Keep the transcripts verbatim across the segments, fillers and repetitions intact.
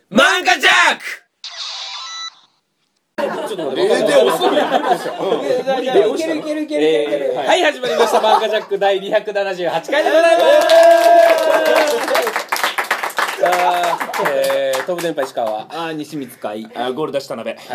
漫画ジャック。ちょっと待って、えー、で遅いですよ。 いけるいけるいけるいける。 はい、始まりました漫画ジャックだいにひゃくななじゅうはちかいでございます。あー、えー、飛ぶ電波石川、 あ、西光海、 あ、ゴール出した鍋。 はい。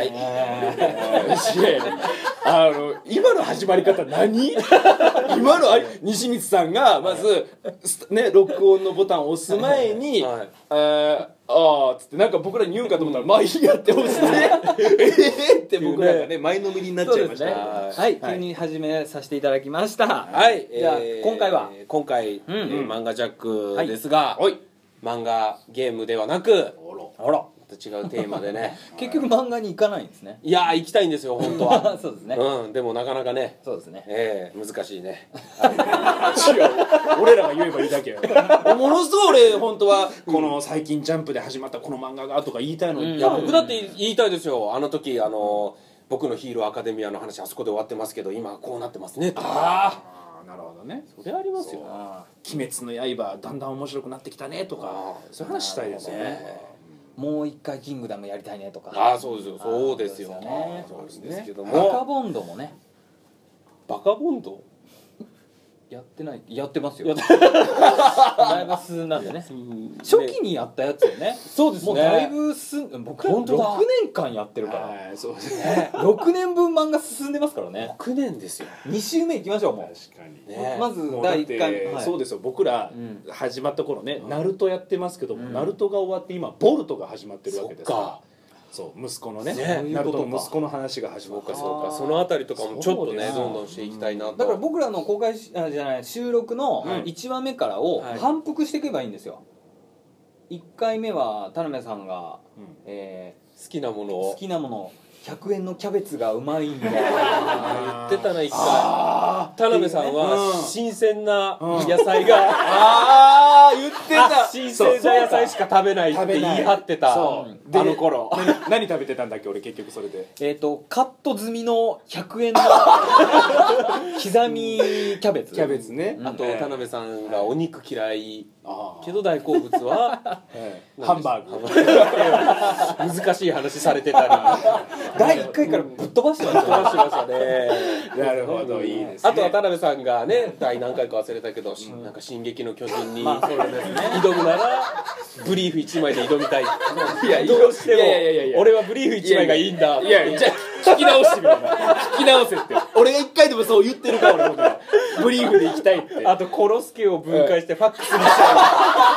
あの今の始まり方何？今のあれ西光さんがまずね録音のボタンを押す前に、 はい、 あーあーっつってなんか僕らに言うんかと思ったらまあいいやって押してえーって僕らがね前のめりになっちゃいました。 はい、急に始めさせていただきました。 はい、 じゃあ今回は今回漫画ジャックですが、漫画ゲームではなく、 あら違うテーマでね結局漫画に行かないんですね。 いやー行きたいんですよ本当は。 そうですね。 うん、でもなかなかね。 そうですね。 ええー、難しいね。 違う、俺らが言えばいいだけよ。ものすごい俺本当はこの最近ジャンプで始まったこの漫画がとか言いたいのに、 いや僕だって言いたいですよ。あの時あの僕のヒーローアカデミアの話あそこで終わってますけど今こうなってますねとか。 ああ、なるほどね。 それありますよ。 鬼滅の刃だんだん面白くなってきたねとかそういう話したいですよね。 もう一回キングダムやりたいねとか。 ああ、そうですよ、そうですよね。 そうですけどバもカボンドもね。 バカボンドやってない、やってますよ。だいぶ進んだんでね。初期にやったやつよね。 そうですね。 もうだいぶ進ん、僕らろくねんかんやってるから。 そうですね。 ろくねんぶん漫画進んでますからね。 ろくねんですよ。 に週目いきましょうもう。 確かに。 まずだいいっかい。 そうですよ。僕ら始まった頃ね、ナルトやってますけども、ナルトが終わって今ボルトが始まってるわけですから。そう息子のね、ナルトの息子の話が始まった。 そうか、そのあたりとかもちょっとねどんどんしていきたいなと。 だから僕らの公開あじゃない収録のいちわめからを反復していけばいいんですよ。いっかいめは田辺さんがえ好きなものを好きなものひゃくえんのキャベツがうまいんだ。 言ってたな一回。田辺さんは新鮮な野菜がああ言ってた。 新鮮な野菜しか食べないって言い張ってたあの頃。 何食べてたんだっけ俺結局それで。 えっとカット済みのひゃくえんの刻みキャベツ。 キャベツね。 あと田辺さんがお肉嫌いけど大好物はハンバーグ。 難しい話されてたり。 だいいっかいからぶっ飛ばしてましたね。しましたね。 なるほど、いいですね。 あとは田辺さんがね、第何回か忘れたけど、なんか進撃の巨人に挑むならブリーフいちまいで挑みたい。いや、どうしても俺はブリーフいちまいがいいんだ。 いや、じゃあ聞き直してみろ。聞き直せって。俺がいっかいでもそう言ってるから俺もブリーフで行きたいって。 あとコロスケを分解してファックスにしたい。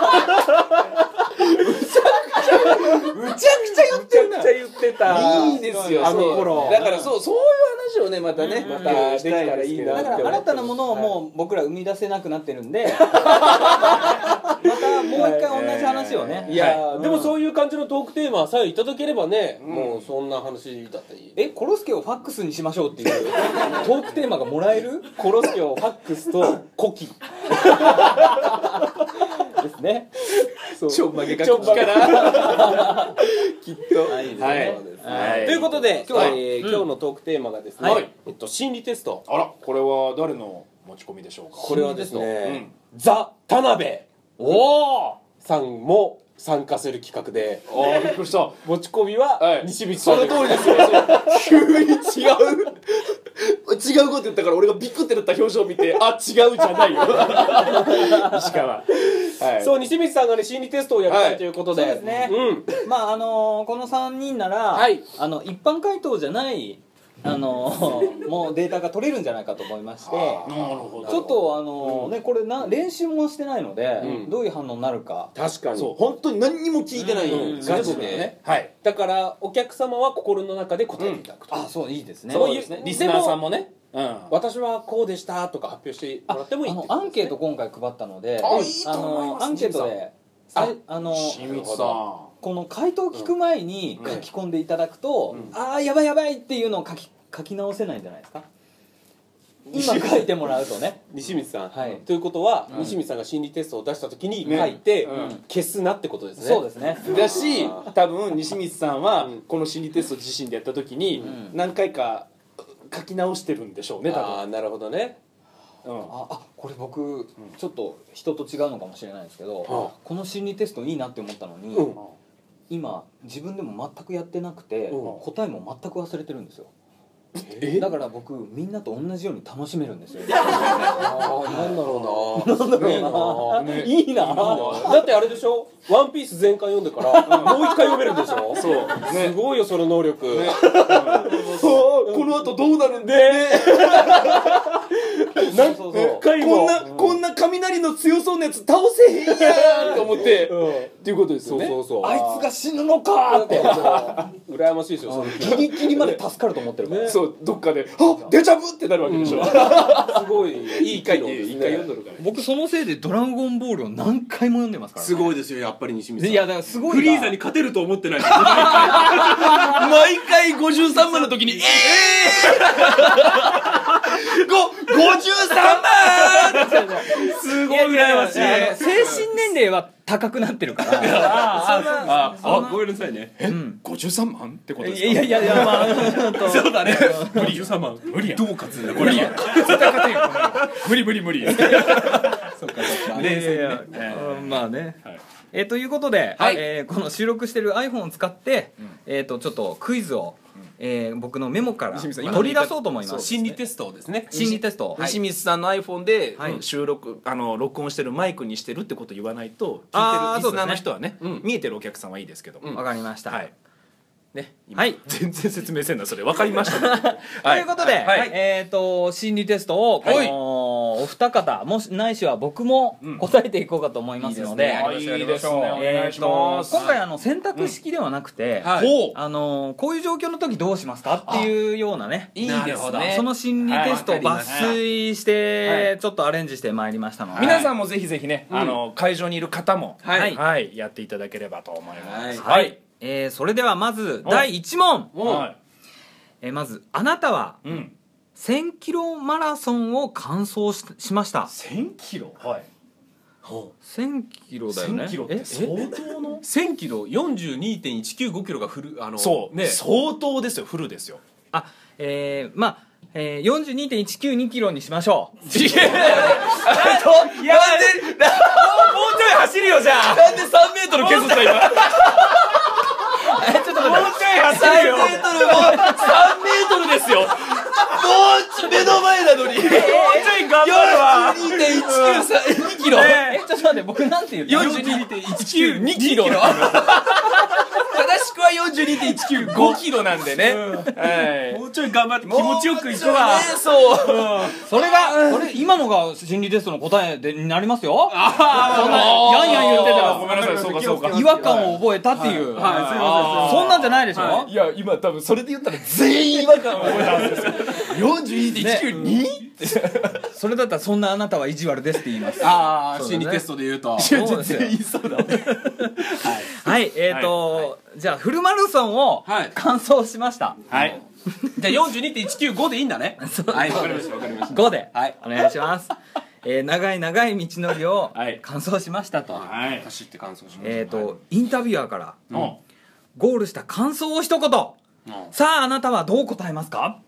むちゃくちゃ言ってるな。 むちゃくちゃ言ってた。 いいですよ。 あの頃。 だからそうそういう話をねまたねまたできたらいいな。 だから新たなものをもう僕ら生み出せなくなってるんで、またもう一回同じ話をね。 いやでもそういう感じのトークテーマさえいただければね、もうそんな話だったり。 え、コロスケをファックスにしましょうっていうトークテーマがもらえる？ コロスケをファックスとコキですね。 ちょんまげがコキかな。きっと。 はい。 ということで今日今日のトークテーマがですね、えっと心理テスト。 あら、これは誰の持ち込みでしょうか。 これはですね、ザ・田辺さんも参加する企画で、 ああびっくりした。 持ち込みは西光さん。 その通りですよ。急に違う違うこと言ったから俺がビクってなった表情を見て、あ、違うじゃないよ。石川。 そう西光さんがね心理テストをやりたいということで、 そうですね。まああのこのさんにんならあの一般回答じゃないあのもうデータが取れるんじゃないかと思いまして、ちょっとあのねこれな練習もしてないのでどういう反応になるか。 確かにそう本当に何にも聞いてないガチでね。だからお客様は心の中で答えていただくと。 あ、そういいですね。 そういうリスナーさんもね、 私はこうでしたとか発表してもらってもいい。 アンケート今回配ったので、あのアンケートであのこの回答を聞く前に書き込んでいただくと、ああやばいやばいっていうのを書き書き直せないんじゃないですか。今書いてもらうとね。 西光さんということは西光さんが心理テストを出した時に書いて消すなってことですね。 そうですね。 だし多分西光さんはこの心理テスト自身でやった時に何回か書き直してるんでしょうね多分。 ああなるほどね。 ああこれ僕ちょっと人と違うのかもしれないですけど、この心理テストいいなって思ったのに、 今自分でも全くやってなくて、 うん、 答えも全く忘れてるんですよ。 えだから僕みんなと同じように楽しめるんですよ。 ああ、なんだろうな。なんだろうな。 いいな。 だってあれでしょ。ワンピース全巻読んでからもう一回読めるんでしょ。そう。すごいよその能力。 この後どうなるんで。 何回もこんなこんな雷の強そうなやつ倒せへんやんと思ってっていうことですよね。 そうそうそう。 あいつが死ぬのかって羨ましいですよ。 ギリギリまで助かると思ってるから。 そう、どっかであデジャブってなるわけでしょ。 すごいいい回の一回読んどるから。 僕そのせいでドラゴンボールを何回も読んでますから。 すごいですよやっぱり西見さん。 いやだからすごい。 フリーザに勝てると思ってない。 毎回ごじゅうさんまんの時にええごごじゅうさんまんすごい羨ましい。 精神年齢は高くなってるから。 ああごめんなさいね。 えごじゅうさんまんってことですか。 いやいやいやまあそうだね。 無理じゅうさんまん無理や。 どう勝つんだこれ。 絶対勝てんよ。無理無理無理。 そうかそうか。いやいやいやまあね。えということでえこの収録してる iPhone を使ってえっとちょっとクイズをえー、僕のメモから取り出そうと思います。 心理テストをですね。 心理テスト。 西光さんの iPhone で収録あの録音してるマイクにしてるってこと言わないと聞いてるリスナーの人はね見えてるお客さんはいいですけど。 わかりました。 はい。ね。 はい。 全然説明せんなそれわかりました。 ということでえっと心理テストをこのお二方もしないしは僕も答えていこうかと思いますので。 いいですね。お願いします。 今回あの選択式ではなくて、あのこういう状況の時どうしますかっていうようなね、 いいですね。 その心理テストを抜粋してちょっとアレンジしてまいりましたので、 皆さんもぜひぜひね、あの会場にいる方もはいやっていただければと思います。 はい。えそれではまずだいいち問。えまずあなたはせんキロマラソンを完走ししました。 せんキロ。はい。 せんキロだよね。 せんキロって相当のせんキロ よんじゅうにてんいちきゅうご キロがフルあのそうね相当ですよ。フルですよ。 あえー、まあ、えー、よんじゅうにてんいちきゅうにキロにしましょう。いやいやなんでもうちょい走るよじゃあ。なんでさんメートル削った今。 ちょっと待って。もうちょい走るよ。 さんメートルもさんメートルですよ。もうちょ目の前なのに。もうちょい頑張るわ。よんじゅうにてんいちきゅうさんキロ。 えちょっと待って僕なんて言った？ よんじゅうにてんいちきゅうにキロ。正しくはよんじゅうにてんいちきゅうごキロなんでね。 もうちょい頑張って気持ちよくいくわ。 そう。 それがそれ今のが心理テストの答えでになりますよ。そんなやんやん言ってたらごめんなさい。そうかそうか。 違和感を覚えたっていう。はいすいません。そんなんじゃないでしょ。 いや今多分それで言ったら全員違和感を覚えたはずですよ。よんじゅうにてんいちきゅうに？ それだったらそんなあなたは意地悪ですって言います。 ああ心理テストで言うと全然言いそうだ。はいえっとじゃあフルマラソンを完走しました。 はいじゃあ よんじゅうにてんいちきゅうご でいいんだね。はいわかりましたわかりました。 ごでお願いします。え長い長い道のりを完走しましたと。 走って完走しました。 えっとインタビュアーからゴールした感想を一言。さああなたはどう答えますか？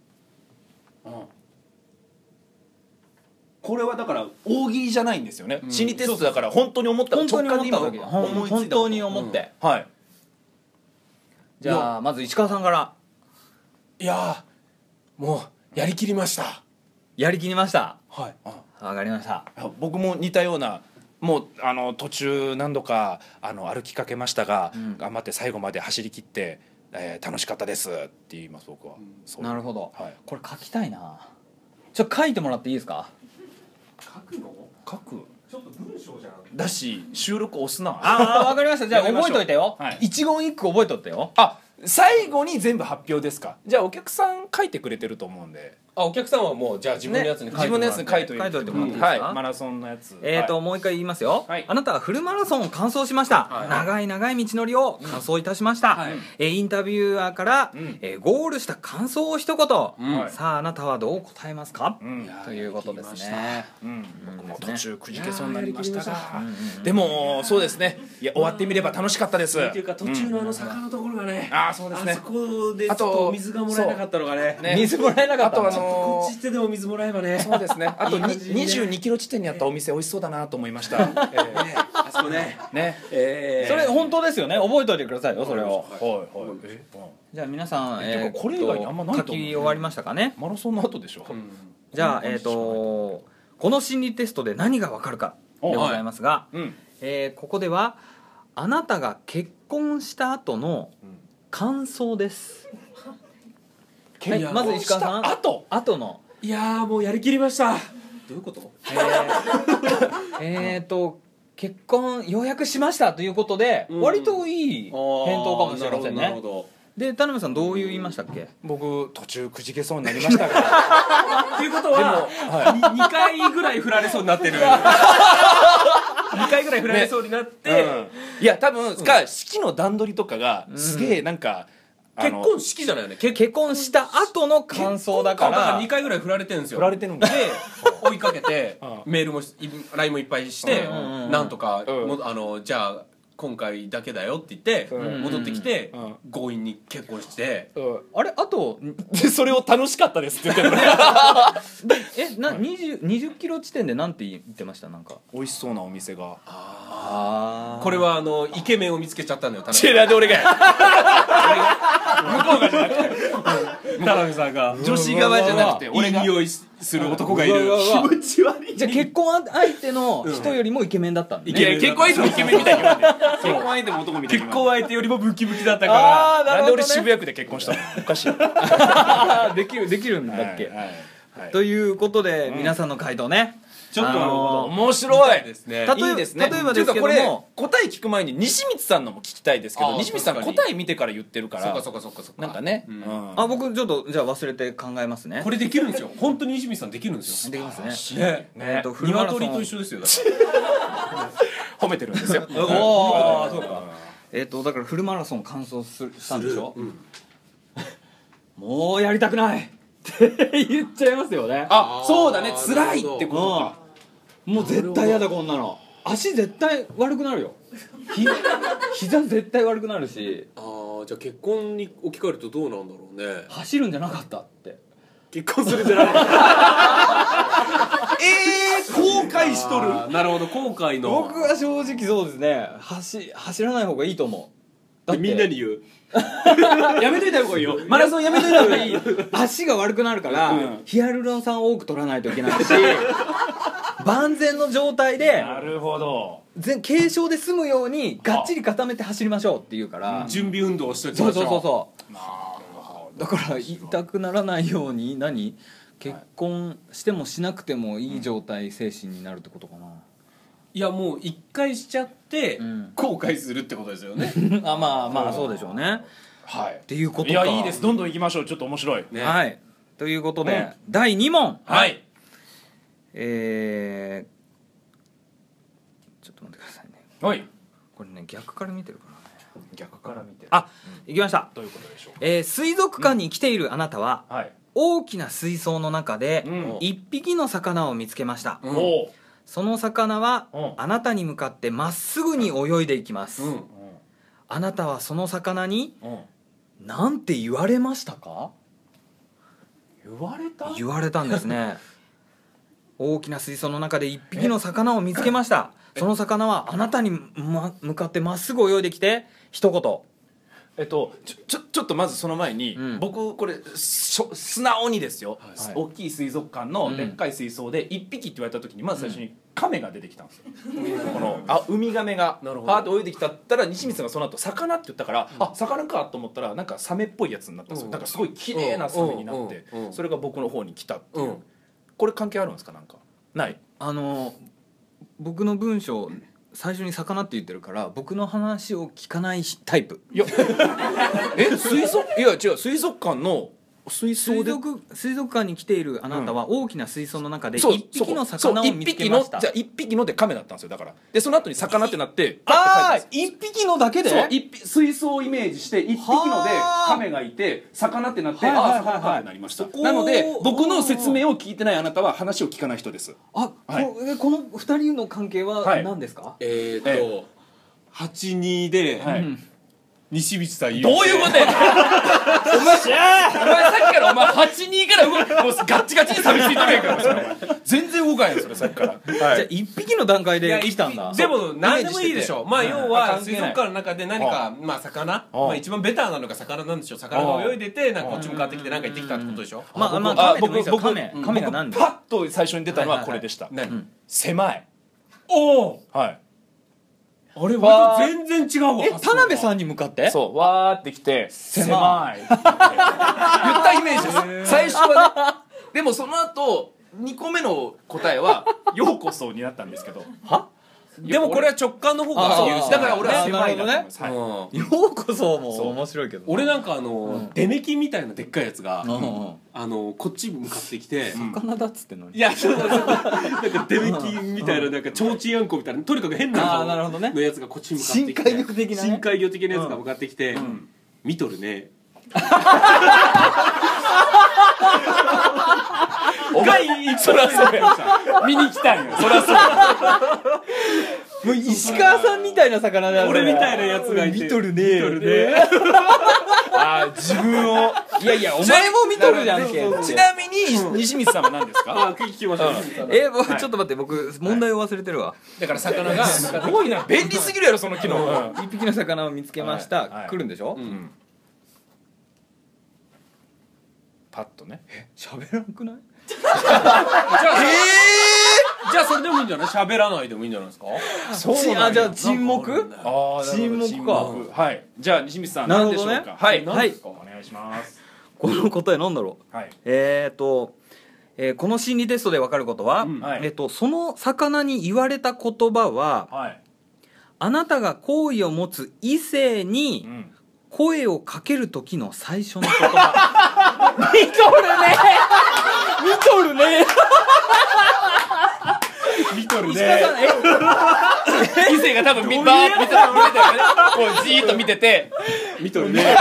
これはだから大喜利じゃないんですよね。心理テストだから本当に思った本当に思った直感で今思いついた本当に思って。 はい。 じゃあまず石川さんから。 いやもうやりきりました。 やりきりました。 はい。 わかりました。 僕も似たようなもうあの途中何度かあの歩きかけましたが、うん、頑張って最後まで走り切って、えー、楽しかったですって言います僕は。 うん、なるほど、 はい、 これ書きたいな。ちょっと書いてもらっていいですか？ 書くの？ 書くちょっと文章じゃん。 だし収録押すな。 ああわかりました。じゃあ覚えといてよ、はい、一言一句覚えとってよ。 あ最後に全部発表ですか？じゃあお客さん書いてくれてると思うんで。 あお客さんはもうじゃあ自分のやつに書いてもらって、ね、 自分のやつに書いといて書いといてもらっていいですか？ はい、マラソンのやつ。 えーと、はい、もう一回言いますよ、はい、あなたはフルマラソンを完走しました、はい、長い長い道のりを完走いたしました、はい、えー、インタビュアーから、うんえー、ゴールした感想を一言、うん、さああなたはどう答えますか、うん、ということですね。 僕も途中くじけそうになりましたが、でもそうですね、いや終わってみれば楽しかったです。 っていうか途中のあの坂のところがね、 あそうですね、 あそこでちょっと水がもらえなかったのがね、 水もらえなかった。 あとあのこっちってでも水もらえばね。 そうですね。あとにじゅうにキロ地点にあったお店美味しそうだなと思いました。えー、 あそ息子ねね、 えー、それ本当ですよね。覚えておいてくださいよそれを。 はいはい。えじゃあ皆さん、 えー、これ以外にあんまないと思う。 書き終わりましたかね。 マラソンの後でしょ。うん、 じゃあえっ、ー、とこの心理テストで何がわかるかでございますが、はい、うん、えー、ここではあなたが結婚した後の感想です。はい、まず石川さん。後後の。 いやーもうやりきりました。どういうこと？ えー、えーと結婚ようやくしましたということで、うん、割といい返答かもしれませんね。なるほど。で田辺さんどういう言いましたっけ？ 僕途中くじけそうになりましたからっていうことは、はい、にかいぐらい振られそうになってるにかいぐらい振られそうになって、ね、 うん、いや多分、うん、か式の段取りとかがすげえなんか、 うん、結婚式じゃないよね。 結婚した後の感想だから、 にかいぐらい振られてるんですよ。 振られてるんで追いかけてメールも ライン もいっぱいして、うんうんうん、なんとか、うん、あのじゃあ今回だけだよって言って戻ってきて強引に結婚して、 うん、あれあとでそれを楽しかったですって言ってるえな にじゅう, にじゅっキロ地点でなんて言ってました？なんか美味しそうなお店が。 ああこれはあのイケメンを見つけちゃったんだよ。 田辺で俺が向こうがじゃなくて田辺さんが女子側じゃなくて俺がいい匂いする男がいる。 気持ち悪い。じゃあ結婚相手の人よりもイケメンだったんだね。 結婚相手もイケメンみたいに言われて結婚相手も男みたいに結婚相手よりもムキムキだったから。 なんで俺渋谷区で結婚したの？おかしいできるできるんだっけ。ということで皆さんの回答ね、 ちょっと面白いですね。 いいですね。例えばですけども答え聞く前に西光さんのも聞きたいですけど、西光さん答え見てから言ってるから、 そうかそうかそうかそうか、 なんかね、 あ僕ちょっとじゃあ忘れて考えますね。 これできるんですよ。本当に西光さんできるんですよ。 できますね。 ねえっと鶏と一緒ですよ。 褒めてるんですよ。 おおそうか。えっとだからフルマラソン完走したんでしょ。もうやりたくないって言っちゃいますよね。 あ、そうだね。辛いってことか。 もう絶対やだこんなの。足絶対悪くなるよ。ひ膝絶対悪くなるし。 ああ、じゃあ結婚に置き換えるとどうなんだろうね。 走るんじゃなかったって。 結婚するんじゃなかった。 えー、後悔しとる。 なるほど、後悔の。 僕は正直そうですね。走走らない方がいいと思う。 だってみんなに言う。 やめといた方がいいよ。マラソンやめといた方がいい。 足が悪くなるから、うん、ヒアルロン酸を多く取らないといけないし、万全の状態で、 なるほど。 軽症で済むようにがっちり固めて走りましょうっていうから、 準備運動をしておきましょう。 そうそうそうそう。なるほど。だから痛くならないように何結婚してもしなくてもいい状態、精神になるってことかな。 いやもう一回しちゃって後悔するってことですよね。 あまあまあそうでしょうね。 はい。 っていうことか。 いやいいです。どんどん行きましょう。ちょっと面白い。 ね、はい。ということで、うん、だいに問。 はい。 えー、ちょっと待ってくださいね。 はい。 これね逆から見てるからね。 逆から見てる。 あ、うん、行きました。 どういうことでしょう。 えー、水族館に来ているあなたは、うん、はい、大きな水槽の中で一、うん、匹の魚を見つけました。うん、その魚はあなたに向かってまっすぐに泳いでいきます、うん、あなたはその魚に何て言われましたか？ 言われた？ 言われたんですね。大きな水槽の中で一匹の魚を見つけました。その魚はあなたに向かってまっすぐ泳いできて一言。 えっと、ちょちょちょっとまずその前に、うん、僕これしょ素直にですよ、はい、大きい水族館のでっかい水槽でいっぴきって言われた時にまず最初にカメが出てきたんですよ、うん、このあウミガメがパーッと泳いできたったら西光さんがその後魚って言ったから、うん、あ魚かと思ったらなんかサメっぽいやつになったんですよ、うん、なんかすごい綺麗なサメになって、うん、それが僕の方に来たっていう、うん、これ関係あるんですか？なんかない？ あの僕の文章最初に魚って言ってるから僕の話を聞かないタイプ。 いやえ水族いや違う水族館の水槽で水, 族水族館に来ているあなたは大きな水槽の中で一匹の魚を見つけました。 じゃあ一匹のでカメだったんですよ。だからでその後に魚ってなってああ一匹のだけでそう水槽をイメージして一匹のでカメがいて魚ってなってああ魚かってなりました。なので僕の説明を聞いてないあなたは話を聞かない人です。 あ、はい、こ, このふたりの関係は何ですか？はい、 えー、っと、はい、はちにで、はい、 西光さん言うどういうことやねんお前お前さっきからお前はちにから動くもうガッチガチに錆びついとるやんからそれお前全然動かへんそれさっきから、はい、 じゃあいっぴきの段階で来たんだ。 でも何でもいいでしょ。まあ要は水族館の中で何かまあ魚、まあ一番ベターなのが魚なんでしょ。魚が泳いでてなんかこっち向かってきてなんか行ってきたってことでしょ。 まあまあ僕僕亀亀が何でパッと最初に出たのはこれでした。 何？ 狭い。 おお。 はい。 あれは全然違うわ。 え、田辺さんに向かってそうわーってきて狭い言ったイメージです最初はね。でもその後にこめの答えはようこそになったんですけどはでもこれは直感の方が優先だから俺は狭いなと思います、 ねはい、ようこそも面白いけど俺なんかあの、うん、デメキンみたいなでっかいやつが、 うん、 あのこっち向かってきて魚だっつってんのにいやそうそうそうなんかデメキンみたいななんかちょうちんあんこみたいなとにかく変な顔のやつがこっちに向かってきて深海魚的な、ね、 深海魚的なやつが向かってきて、うん、見とるねお前そらそうや見に来たんよそらそうもう石川さんみたいな魚だよ俺みたいなやつがいて見とるね見とるねあー自分をいやいやお前も見とるじゃんけちなみに西光さんは何ですかあ聞きました、うん、 えー、ちょっと待って僕問題を忘れてるわだから魚がすごいな便利すぎるやろその機能一匹の魚を見つけました、はいはい、来るんでしょ、うんパッとねえ喋らなくないじゃあ、えー、じゃあそれでもいいんじゃない喋らないでもいいんじゃないですかそうなんあじゃあ沈黙あ沈黙かはいじゃあ西光さん何でしょうか、ね、はい何ですか、 はい、お願いしますこの答え何だろう、 はい、 えーと、えー、この心理テストで分かることは、うんえーと、その魚に言われた言葉は、はい、あなたが好意を持つ異性に、うん声をかける時の最初の言葉見とるね見とるね見とるね異性が多分バーッと見てたよねこうじーっと見てて見とるね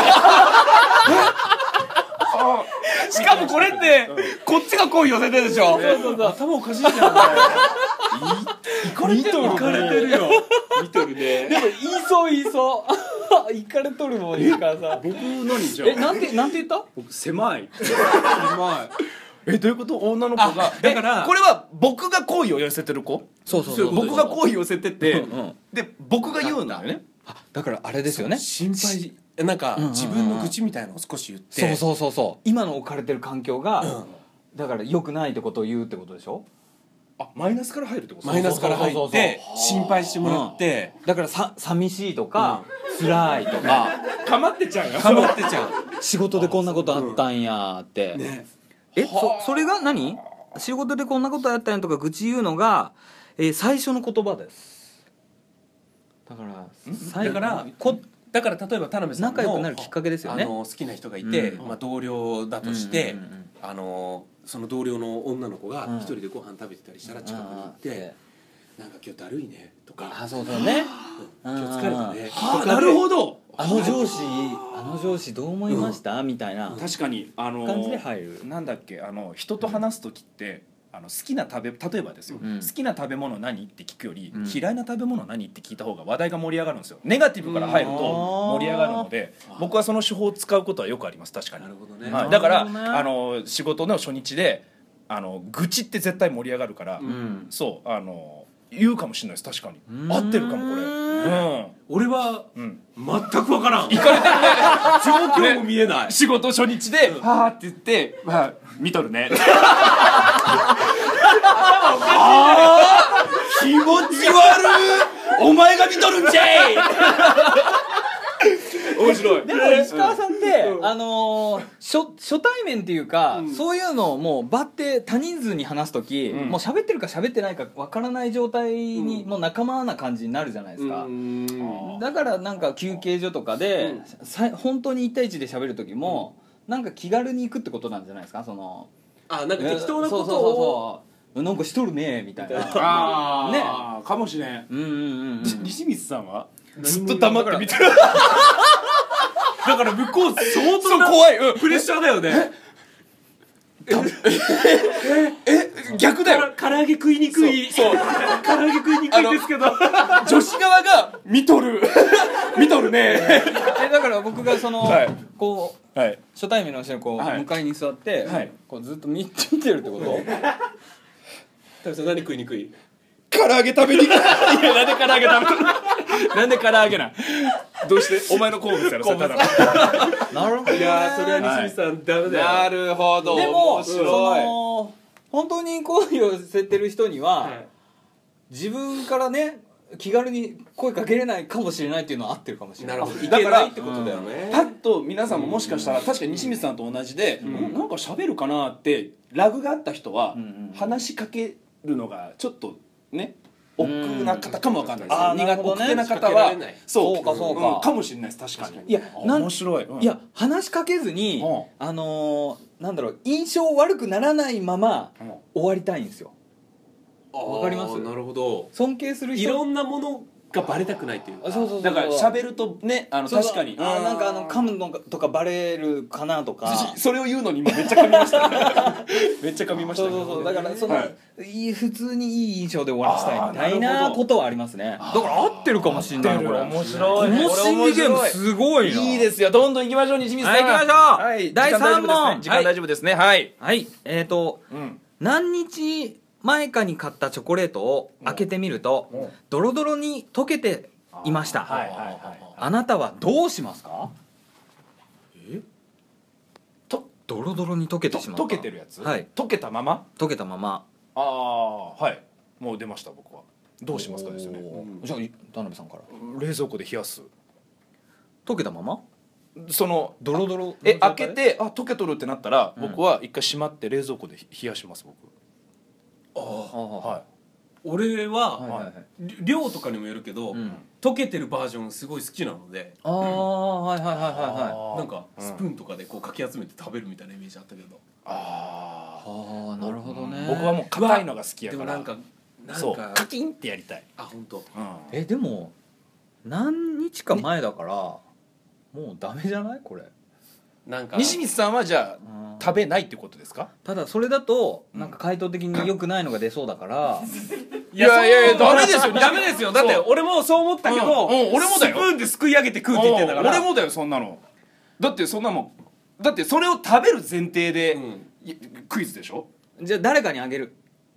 しかもこれって、うん、こっちが声寄せてるでしょそうそうそう頭おかしいじゃんいかれてるよいかれてるよ見とるねでも言いそう言いそういかれとるもん石川さん僕何じゃんえなんてなんて言った僕狭い狭いえどういうこと女の子がだからこれは僕が好意を寄せてる子そうそうそう僕が好意を寄せてて、うんうん、で僕が言うんだよねあだからあれですよね心配なんか、うんうんうん、自分の愚痴みたいなのを少し言ってそうそうそうそう今の置かれてる環境が、うん、だから良くないってことを言うってことでしょあマイナスから入るってことマイナスから入って心配してもらって、 うん、だからさ寂しいとか、うん、辛いとかかまってちゃうよかまってちゃう仕事でこんなことあったんやって、うんね、えそそれが何仕事でこんなことやったんやとか愚痴言うのが、えー、最初の言葉ですだからだからこだから例えば田辺さんの仲良くなるきっかけですよねあの好きな人がいて、うんまあ、同僚だとして、うんうんうんうん、あのその同僚の女の子が一人でご飯食べてたりしたら近くに行って、うん、なんか今日だるいねとかあそうそうね、 うん、今日疲れたねとかなるほどあの上司あの上司どう思いました、うん、みたいな確かにあの感じで入るなんだっけあの人と話す時ってあの好きな食べ例えばですよ、うん、好きな食べ物何って聞くより、うん、嫌いな食べ物何って聞いた方が話題が盛り上がるんですよネガティブから入ると盛り上がるので僕はその手法を使うことはよくあります確かになるほどね、 はい、だから、ね、あの仕事の初日であの愚痴って絶対盛り上がるから、うん、そうあの言うかもしれないです確かに合ってるかもこれ、うん、 俺は、うん、全く分からん行かれてるね状況も見えない、 ね、仕事初日で、うん、はーって言って、まあ、見とるねあー気持ち悪いお前が見とるんじゃい面白いでも石川さんって、うん、あのー、初, 初対面っていうか、うん、そういうのをもう場って多人数に話すとき、うん、もう喋ってるか喋ってないかわからない状態に、うん、もう仲間な感じになるじゃないですか、うん、だからなんか休憩所とかで、うん、さ本当にいち対いちで喋るときも、うん、なんか気軽に行くってことなんじゃないですかそのあなんか適当なことを、 そうそうそうなんかしとるねみたいなあねかもしれん、 うんうんうん、 西光さんはずっと黙って見てるだから向こう相当な怖い、うん、 プレッシャーだよねええ逆だよ唐揚げ食いにくいそう唐揚げ食いにくいんですけど女子側が見とる見とるねえだかから僕がその、 はい、 こう、はい、初対面の人にこう、はい、向かいに座って、はい、こうずっと見てるってこと？ 多分それ何食いにくい？ 唐揚げ食べに行く。いや、なんで唐揚げ食べるなんで唐揚げなんどうしてお前の好物やろそれただなるほど、ね、 いやそれは西光さん、はい、ダメだよ。 なるほど。 でも面白い。その本当に好意を寄せてる人には、はい、自分からね気軽に声かけれないかもしれないっていうのは合ってるかもしれない。なるほど。いけないってことだよね。 パッと皆さんももしかしたら確かに西光さんと同じで、うん、なんか喋るかなってラグがあった人は、うん、話しかけるのがちょっとね億劫な方かもわかんないです。あ、苦手な方はそうそうかそうか、 うん、かもしれないです。確かに。 いや面白い、 うん、いや話しかけずに、うん、あのー、なんだろう印象悪くならないまま終わりたいんですよ。わかります？ なるほど。 尊敬する人いろんなものがバレたくないっていうか。 そうそうそう。 だから喋るとね、あの確かに。 あ、なんかあの噛むのとかバレるかなとか。 それを言うのに今めっちゃ噛みました、ね。めっちゃ噛みました、ね。 そうそうそう。だからその、はい、普通にいい印象で終わらせたいみたいなことはありますね。だから合ってるかもしれないこれ。 面白い。 この心理ゲームすごいな。 いいですよ。どんどん行きましょう西光さん。 はい、行きましょう。はい。だいさん問。 時間大丈夫ですね。はい。 はい。えっと、うん、何日前かに買ったチョコレートを開けてみると、うん、ドロドロに溶けていました。はいはいはい。あなたはどうしますか？ え？ とドロドロに溶けてしまった。 溶けてるやつ？ はい。 溶けたまま？ 溶けたまま。 ああ、はい。もう出ました僕は。どうしますかですよね。 じゃあ田辺さんから。 冷蔵庫で冷やす。 溶けたまま？ そのドロドロ。 え開けてあ溶けとるってなったら、うん、僕は一回閉まって冷蔵庫で冷やします僕。 ああ、はい。俺は、はいはいはい、量とかにもよるけど、うん、溶けてるバージョンすごい好きなので、 ああはいはいはいはいはい、 なんかスプーンとかでこうかき集めて食べるみたいなイメージあったけど、 ああなるほどね。 僕はもう硬いのが好きやから。 でもなんかなんかそうカキンってやりたい。 あ本当。うん、 えでも何日か前だからもうダメじゃないこれ。 なんか西光さんはじゃあ食べないってことですか？ ただそれだとなんか回答的に良くないのが出そうだから、 いやいやいやダメですよダメですよ。だって俺もそう思ったけど、 うんうん、俺もだよ。 スプーンですくい上げて食うって言ってんだから。 俺もだよそんなの。だってそんなもんだってそれを食べる前提で、うん、クイズでしょ。 じゃあ誰かにあげる。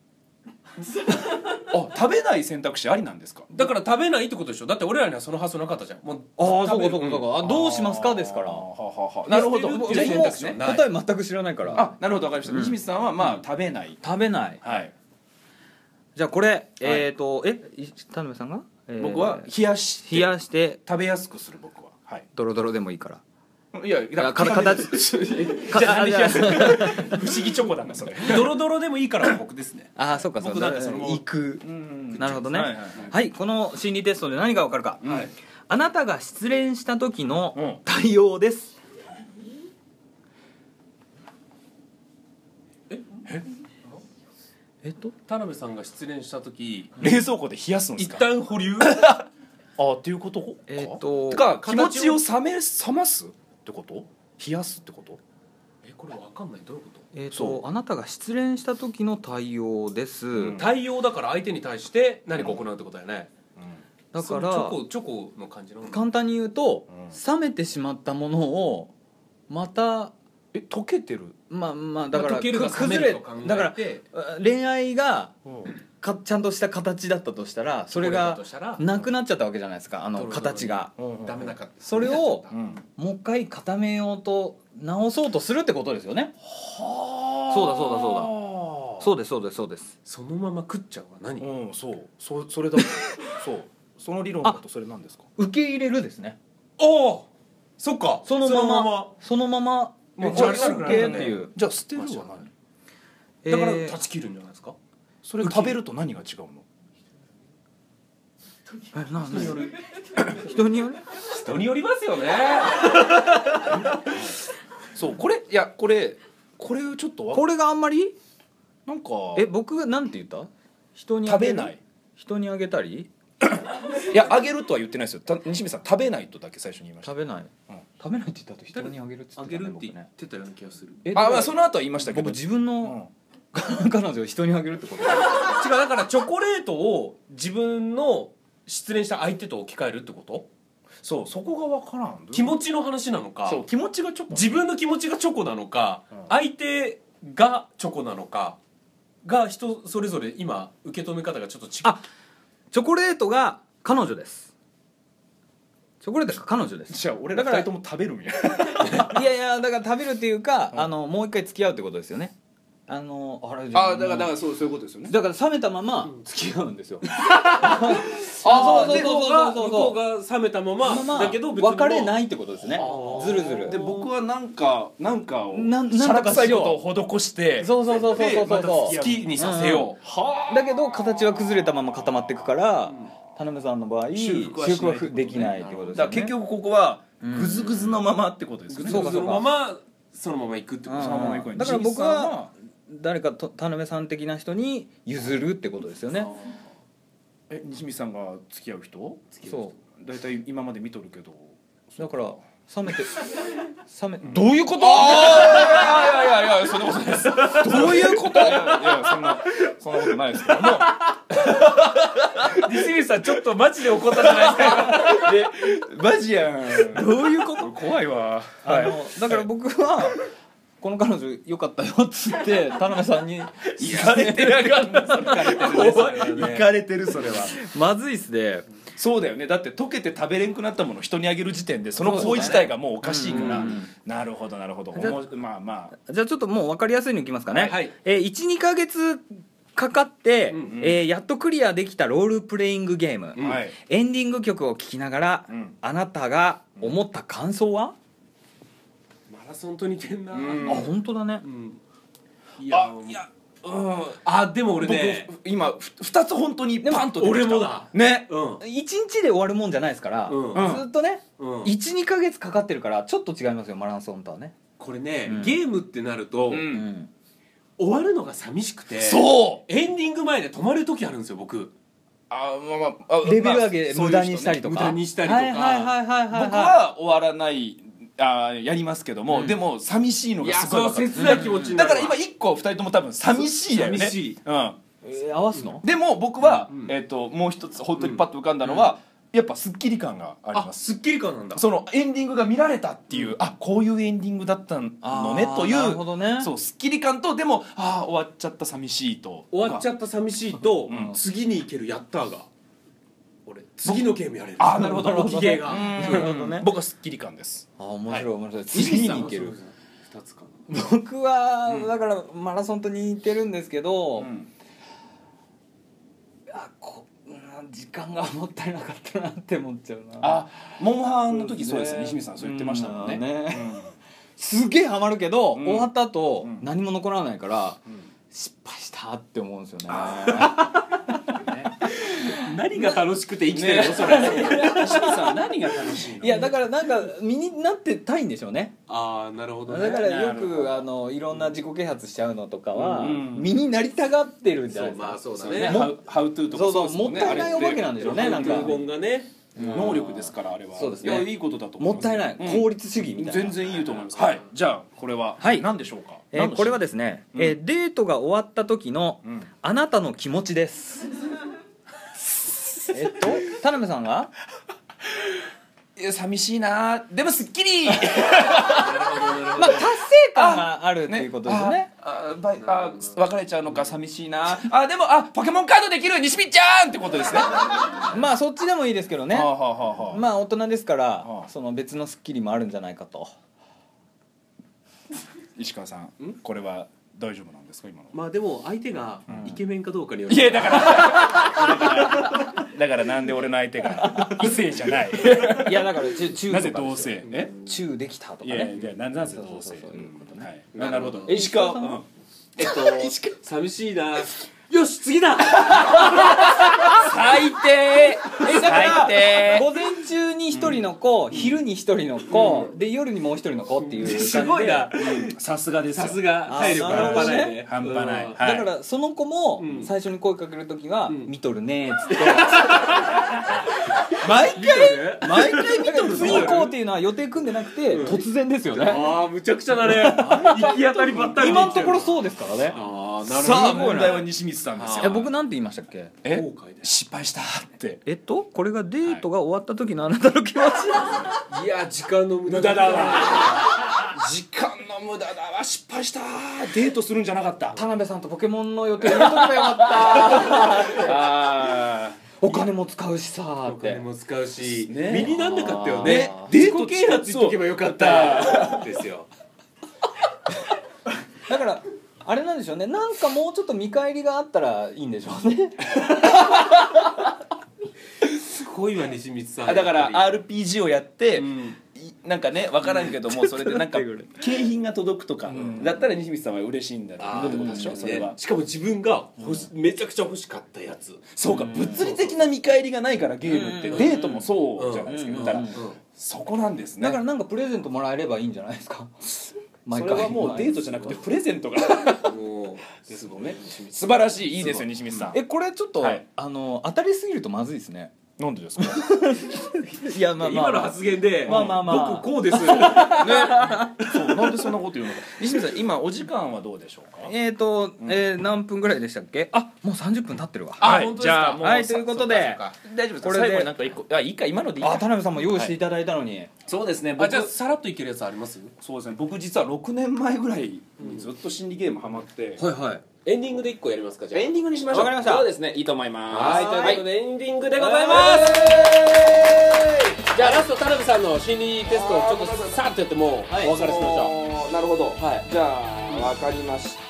あ食べない選択肢ありなんですか？ だから食べないってことでしょ。だって俺らにはその発想なかったじゃん。もうああそうかそうかそうか。あどうしますかですから。はははなるほど。 じゃあ選択肢ね。答え全く知らないから。 あなるほどわかりました。西光さんはまあ食べない。 食べない。 はい。 じゃあこれえっとえ田辺さんが僕は冷やして冷やして食べやすくする僕は。はい。 ドロドロでもいいから。 いやだから形じゃあ何冷やす不思議チョコだなそれ。 ドロドロでもいいから僕ですね。 ああそうかそうか。行く。なるほどね。はいこの心理テストで何がわかるか。あなたが失恋した時の対応です。 えええっと田辺さんが失恋した時冷蔵庫で冷やすんですか？ 一旦保留。 あっていうことか。 えっとか気持ちを冷め冷ますってこと？冷やすってこと？ えこれわかんない。どういうこと？ えっとあなたが失恋した時の対応です、うん、 対応だから相手に対して何か行うってことだよね、 うん、だからチョコチョコの感じの簡単に言うと、うん、冷めてしまったものをまたえ溶けてるまあまあだから、まあ、 溶けるが冷めると考えてだから恋愛が、うんかちゃんとした形だったとしたらそれがなくなっちゃったわけじゃないですかあの形がダメなかったそれをもう一回固めようと直そうとするってことですよね。はあそうだそうだそうだそうですそうですそうですそのまま食っちゃうは何？ うんそうそそれだとそうその理論だとそれなんですか？ 受け入れるですね。 おおそっかそのままそのままじゃあ捨てっていうじゃあ捨てるは何？だから断ち切るんじゃないですか？ それ食べると何が違うの？ 人による人による人によりますよね。 そうこれいやこれこれちょっとこれがあんまりなんかえ僕がなんて言った？人に食べない人にあげたりいやあげるとは言ってないですよ。西見さん食べないとだけ最初に言いました。 食べない、うん、食べないって言ったと人にあげるって言ってた、ね、あげるって言ってたような気がする。 あまあその後は言いましたけど僕自分の、うん彼女を人にあげるってこと？ 違うだからチョコレートを自分の失恋した相手と置き換えるってこと？ そうそこが分からん。 気持ちの話なのか、 そう気持ちがチョコ、 自分の気持ちがチョコなのか、 うん相手がチョコなのかが人それぞれ今受け止め方がちょっと違う。 あ、チョコレートが彼女です。チョコレートが彼女です。 じゃあ俺ら二人とも食べるみたいな。 いやいや、だから食べるっていうか、 うんあのもう一回付き合うってことですよね。あのあれあだからだからそうそういうことですよね。 だから冷めたまま付き合うんですよ。 あそうそう向こうが向そうそうそうこうが冷めたまま、 まあだけど別にもう別れないってことですね。ずるずる。 で僕はなんかなんかをななんとかしようしゃらくさいことを施してそうそうそうそうそうでまたそう付き合好きにさせよう、はだけど形は崩れたまま固まっていくから、田辺さんの場合修復は修しない復はできないってことですだよね。 から結局ここはグズグズのままってことですよね。 そうかそのままそのまま行くってこと。 うんそのまま行く。 だから僕は西さん誰かと田辺さん的な人に譲るってことですよね。 え西見さんが付き合う人？ そだいたい今まで見とるけど。 うだから冷めて冷めどういうこと？ ああいやいやいやいやそんなことないです。どういうこと？いやいやそんなそんなことないですけども。 西水さんちょっとマジで怒ったじゃないですか。 でマジやん。 どういうこと？ 怖いわ。 あのだから僕はこの彼女良かったよっつって田辺さんにいかれてるやがんな。いかれてるねそれはね。いかれてるそれは。 まずいっすね。 そうだよね。だって溶けて食べれんくなったものを人にあげる時点でその行為自体がもうおかしいから。なるほどなるほど。おもまあまあ。 じゃあちょっともう分かりやすいのいきますかね。 はいえー、いちにかげつかかって、 うんうんえーやっとクリアできたロールプレイングゲーム、 うんはい。 エンディング曲を聴きながら、 うんあなたが思った感想は？ マラソンと似てんな。 うんあ、本当だね。 うんいやあいやうん。 あでも俺ね、 僕今ふ二つ本当にパンと出てきた。 俺もだね。 うんいちにちで終わるもんじゃないですから、 うんうんずっとね、 うんいちにかげつかかってるからちょっと違いますよ、マラソンとはね。 これね、 うんゲームってなると、 うんうん終わるのが寂しくて、 そう。 エンディング前で止まる時あるんですよ僕。 あまあまああレベル上げまあ無駄にしたりとか、 無駄にしたりとかはいはいはいはいはい、 僕は終わらないあやりますけども、 うんでも寂しいのがすごいいや分かる。 そう切ない気持ちになるわだから今一個二人とも多分寂しいだよね。 寂しいうん。 えー合わすの？ でも僕は、 うんえっ、ともう一つ本当にパッと浮かんだのは、やっぱスッキリ感がありあます。 すっきり感なんだ。 そのエンディングが見られたっていう、あこういうエンディングだったのねといあーなるほう、 どね。 そうスッキリ感と、でもああ終わっちゃった寂しいと、 終わっちゃった寂しいと、 うん次に行けるやったーが俺次のゲームやれる。 あーなるほどご機嫌が。 うんなるほどね僕はスッキリ感です。 あ、面白い面白い。 西次口さんはそうに行ける。 二つかな。 僕は、 うんだからマラソンと似てるんですけど、 うんあこうん時間がもったいなかったなって思っちゃうな。 あモンハンの時そうですね、 ね西見さんそう言ってましたもんね。 うんねすげえハマるけど、 うん終わった後、 うん何も残らないから、 うん失敗したって思うんですよね。 何が楽しくて生きてるの、 ねそれ。 西見さん何が楽しいの？ いやだからなんか身になってたいんでしょうね。 ああなるほどね。 だからよなるほどくあのいろんな自己啓発しちゃうのとかは、 うん身になりたがってるんじゃないですか。 そうまあそうだそうね、 ね。 ハウハウトゥーとかそうそうですもんね。 もったいないお化けなんでしょうね、なんかハウトゥー本がね。 能力ですからあれは。 そうですねいやいいことだと思います。 もったいない、 うん効率主義みたいな。 全然いいと思います。はい。じゃあこれははい何でしょうか。 えーこれはですね、 うんえーデートが終わった時のうんあなたの気持ちですえっと田辺さんがいや寂しいなでもすっきりまあ達成感があるっていうことですよね。 ああバイあ別れちゃうのか寂しいなあでもあポケモンカードできる西見ちゃんってことですね。はまあそっちでもいいですけどね。 あはあはあはあまあ大人ですからああその別のスッキリもあるんじゃないかと。 石川さんこれは大丈夫なんですか今の。 まあでも相手がうんイケメンかどうかによる。 いやだからだからだからなんで俺の相手が異性じゃないいやだからチュチューなぜとかですよ同性えチューできたとかいやいね。 やななぜ同性そうそうそういうことねはいなるほどえ石川石川さんはうんえっと寂しいな。よし次だ。 最低えだから最低午前中に一人の子、昼に一人の子、で夜にもう一人の子っていう感じですごいな。 さすがですよさすが体力半端ないね。 半端ないうんはいだからその子もうん最初に声かけるときはうん 「見とるね」っつって毎見とる毎回見とる次行こうっていうのは予定組んでなくて突然ですよね。 ああむちゃくちゃだね。行き当たりばったり。 今のところそうですからね。 あああさあ問題は西光さんですよ。 え僕なんて言いましたっけ？ え失敗したって。 えっとこれがデートが終わった時のあなたの気持ち。 いや時間の無駄だわ。時間の無駄だわ。失敗した。デートするんじゃなかった。 田辺さんとポケモンの予定入れとけばよかった。あお金も使うしさお金も使うし身ねになんなかったよね。 ねデート啓発言っとけばよかったですよ。 だからあれなんでしょうね。なんかもうちょっと見返りがあったらいいんでしょうね。 すごいわ西光さん。 あだから アールピージー をやって、 うん、 なんかね分からんけどもそれでなんか景品が届くとか、うん、だったら西光さんは嬉しいんだろうってことでしょ。それはしかも自分が欲し、うん、めちゃくちゃ欲しかったやつ。 そうか、物理的な見返りがないからゲームって、うん、デートもそうじゃないですか。言ったら、うん、そこなんですね。 だからなんかプレゼントもらえればいいんじゃないですか。 それはもうデートじゃなくてプレゼントがもうですもんね。素晴らしい。いいですよ西光さん。 えこれちょっと、はい、あの当たりすぎるとまずいですね。 なんでですか。 いやまあまあ今の発言で、 まあまあまあ、 僕こうですね。 そうなんでそんなこと言うのか。西光さん今お時間はどうでしょうか。 えっと、うん、えー、何分ぐらいでしたっけ。あもうさんじゅっぷん経ってるわ。 はい、じゃあもうはいということで大丈夫です。これで最後になんか一個あいいか今のでいいか。 あ田辺さんも用意していただいたのに、はい、 そうですね。 あじゃあさらっといけるやつあります。 そうですね。僕実はろくねんまえぐらいにずっと心理ゲームハマって、 うん、はいはい。エンディングでいっこやりますか。じゃあエンディングにしましょう。 わかりました。 そうですね。いいと思います。 はいということでエンディングでございます。じゃあラスト田辺さんの心理テストをちょっとさっとやってもうお別れしましょう。なるほど。 はい。 じゃあわかりました。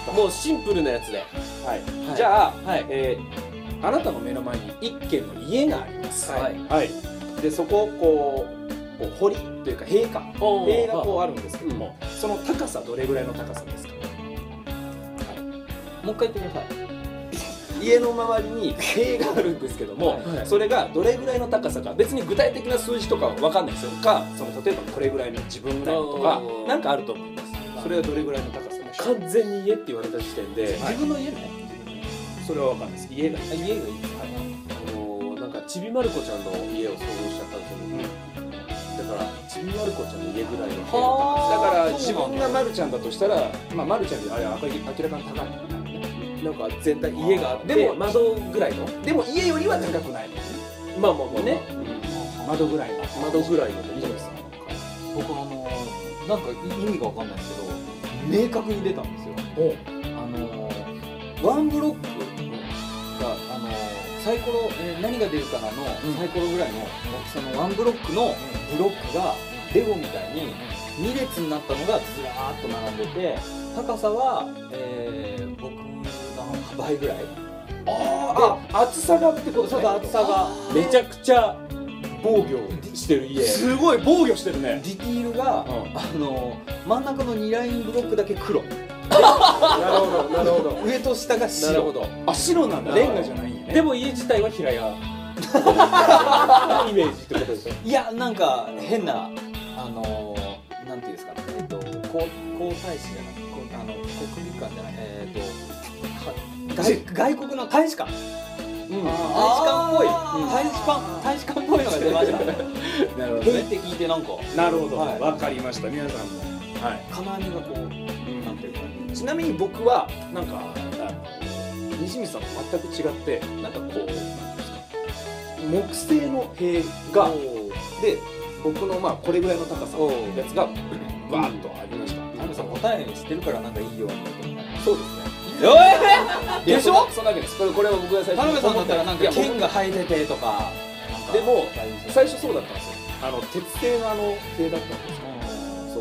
もうシンプルなやつで。 はい。じゃあえあなたの目の前に一軒の家があります。 はいはい。でそこをこう堀というか塀か塀がこうあるんですけども、その高さどれぐらいの高さですか。 もう一回言ってください。家の周りに塀があるんですけども、はいはい、それがどれぐらいの高さか別に具体的な数字とかは分かんないですよ。かその例えばこれぐらいの自分ぐらいのとかなんかあると思います。それはどれぐらいの高さでしょう。 完全に家って言われた時点で、 い、自分の家ね。 それは分かんないです。家がいい。 家がいいです。 あのー、なんかちびまる子ちゃんの家を想像しちゃったんですよ、うん、だからちびまる子ちゃんの家ぐらいの部屋の高さ。 だから自分がまるちゃんだとしたら、まあ、まるちゃんよりあれは明らかに高い。 なんか全体家があってでも窓ぐらいのでも家よりは高くないのね。 まあまあまあね、 うん、窓ぐらいの窓ぐらいのいいじゃないですか。 僕あのー、なんか意味が分かんないですけど明確に出たんですよ。あのー、ワンブロックが、あのー、サイコロ、えー、何が出るかなのサイコロぐらいの大きさのワンブロックのブロックがレゴみたいにに列になったのがずらーっと並んでて、高さは、えー、僕倍ぐらい。 ああ厚さがってこと。 そうだ厚さがめちゃくちゃ防御してる家。 すごい防御してるね。 ディティールが、うん、あの真ん中のにラインブロックだけ黒。なるほどなるほど。 上と下が白。 なるほど。 あ白なんだ。レンガじゃないんやね。 でも家自体は平屋イメージってことですよ。 いやなんか変なあのなんていうんですか、えっと皇太子じゃなくてあの国技館じゃないえっと外, 外国の大使館、うん、大使館っぽい、大使館大使館っぽいのが出ましたね。なるほどね。って聞いてなんかなるほど、はい、分かりました。皆さんも、 はい、金網がこう、うん、なんていうか。 ちなみに僕はなんか西光さんと全く違ってなんかこうなんですか木製の塀がで僕のまあこれぐらいの高さのやつがバーッとありました。 田辺さん答え知ってるからなんかいいように。 そうですね。 でしょ。 そんなわけです。これこれは僕が最初田辺さんだったらなんか剣が生えててとか。 でも最初そうだったんですよ。あの鉄製のあの塀だったんですよ。そう。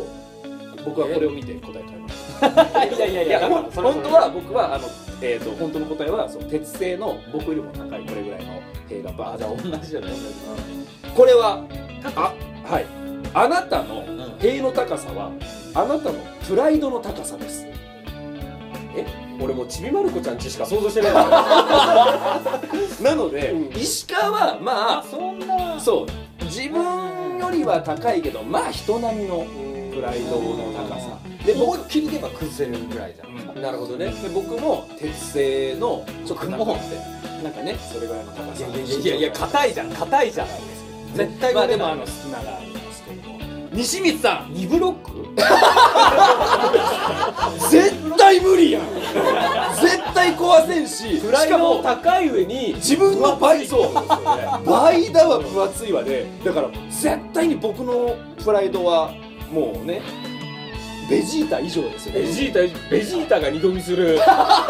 僕はこれを見て答え変えました。いやいやいや。本当は僕はあのえっと本当の答えはそう鉄製の僕よりも高いこれぐらいの塀がバーッ。 じゃあ同じじゃない。 これはあはい。あなたの塀の高さはあなたのプライドの高さです。 え俺もちびまる子ちゃんちしか想像してないなので、うん、石川はまあそんなそう自分よりは高いけどまあ人並みのプライドの高さで思いっきりでば崩れるぐらいじゃん、 うん、なるほどね。で僕も鉄製のちょっと高くてなんかねそれぐらいの高さ。 いやいやいや硬いじゃん硬いじゃん絶対まあでもあの隙間がありますけども西光さんにブロック絶対無理やん絶対壊せんし、 プライド高い上に自分の倍そう倍だわ分厚いわで、だから絶対に僕のプライドはもうねベジータ以上ですよね。 ベジータベジータが二度見する高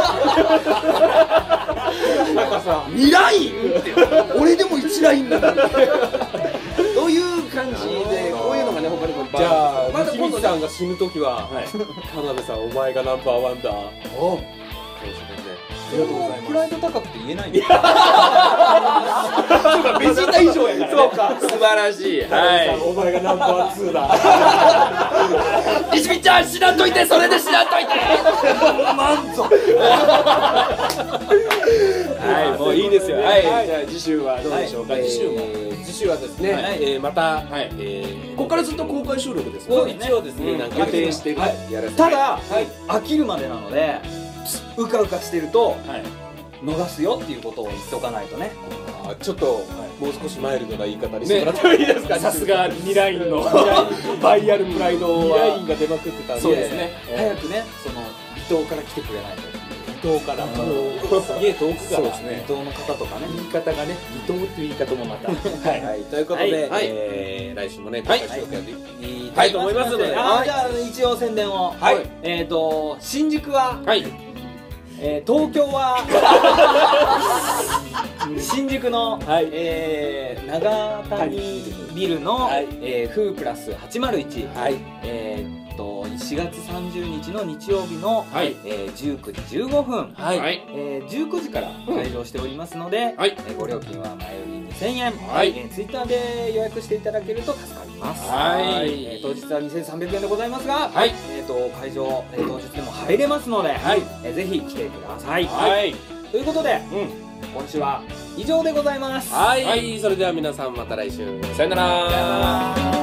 さにラインって俺でもいちラインだなという感じで、こういうのがね他にも。 じゃあまた今度さんが死ぬ時は田辺さんお前がナンバーワンだ。 おありがとうございます。プライド高くて言えないんだよ。 そうか、ベジータ以上やからね。 そうか、 素晴らしい。 はい。お前がナンバーワンツーだ。 石見ちゃん知らんといて、それで知らんといて。満足。はい、もういいですよ。はい、じゃあ次週はどうでしょうか。次週も。 次週はですね、えまた、ここからずっと公開収録ですね。 一応ですね、 予定してやらせて。 ただ飽きるまでなので、うかうかしてると逃すよっていうことを言っておかないとね。 ちょっともう少しマイルドな言い方にしてもらってもいいですか。 さすがにラインのバイアルプライドはにラインが出まくってたんで、 そうですね。 早くね、その離島から来てくれないと。 離島からすげえ遠くから、 離島の方とかね、 言い方がね、離島っていう言い方もまた。 はい、ということで来週もね公開収録やっていきたいと思いますので、じゃあ一応宣伝を。えっと新宿はえー、東京は新宿の、はいえー、長谷ビルの、はいえー、フープラスはちまるいち、はいえー、っとしがつさんじゅうにちの日曜日の、はいえー、じゅうくじじゅうごふん、はいえー、じゅうくじから開場しておりますので、はいえー、ご料金は前よりにせんえん、はいえー、ツイッターで予約していただけると助かります。はい、えー、当日はにせんさんびゃくえんでございますが、はいえー、と会場、えー、当日でも入れますので、はいえー、ぜひ来てください。はい、ということで、うん、今週は以上でございます。 はい、はい、それでは皆さんまた来週。 さよなら。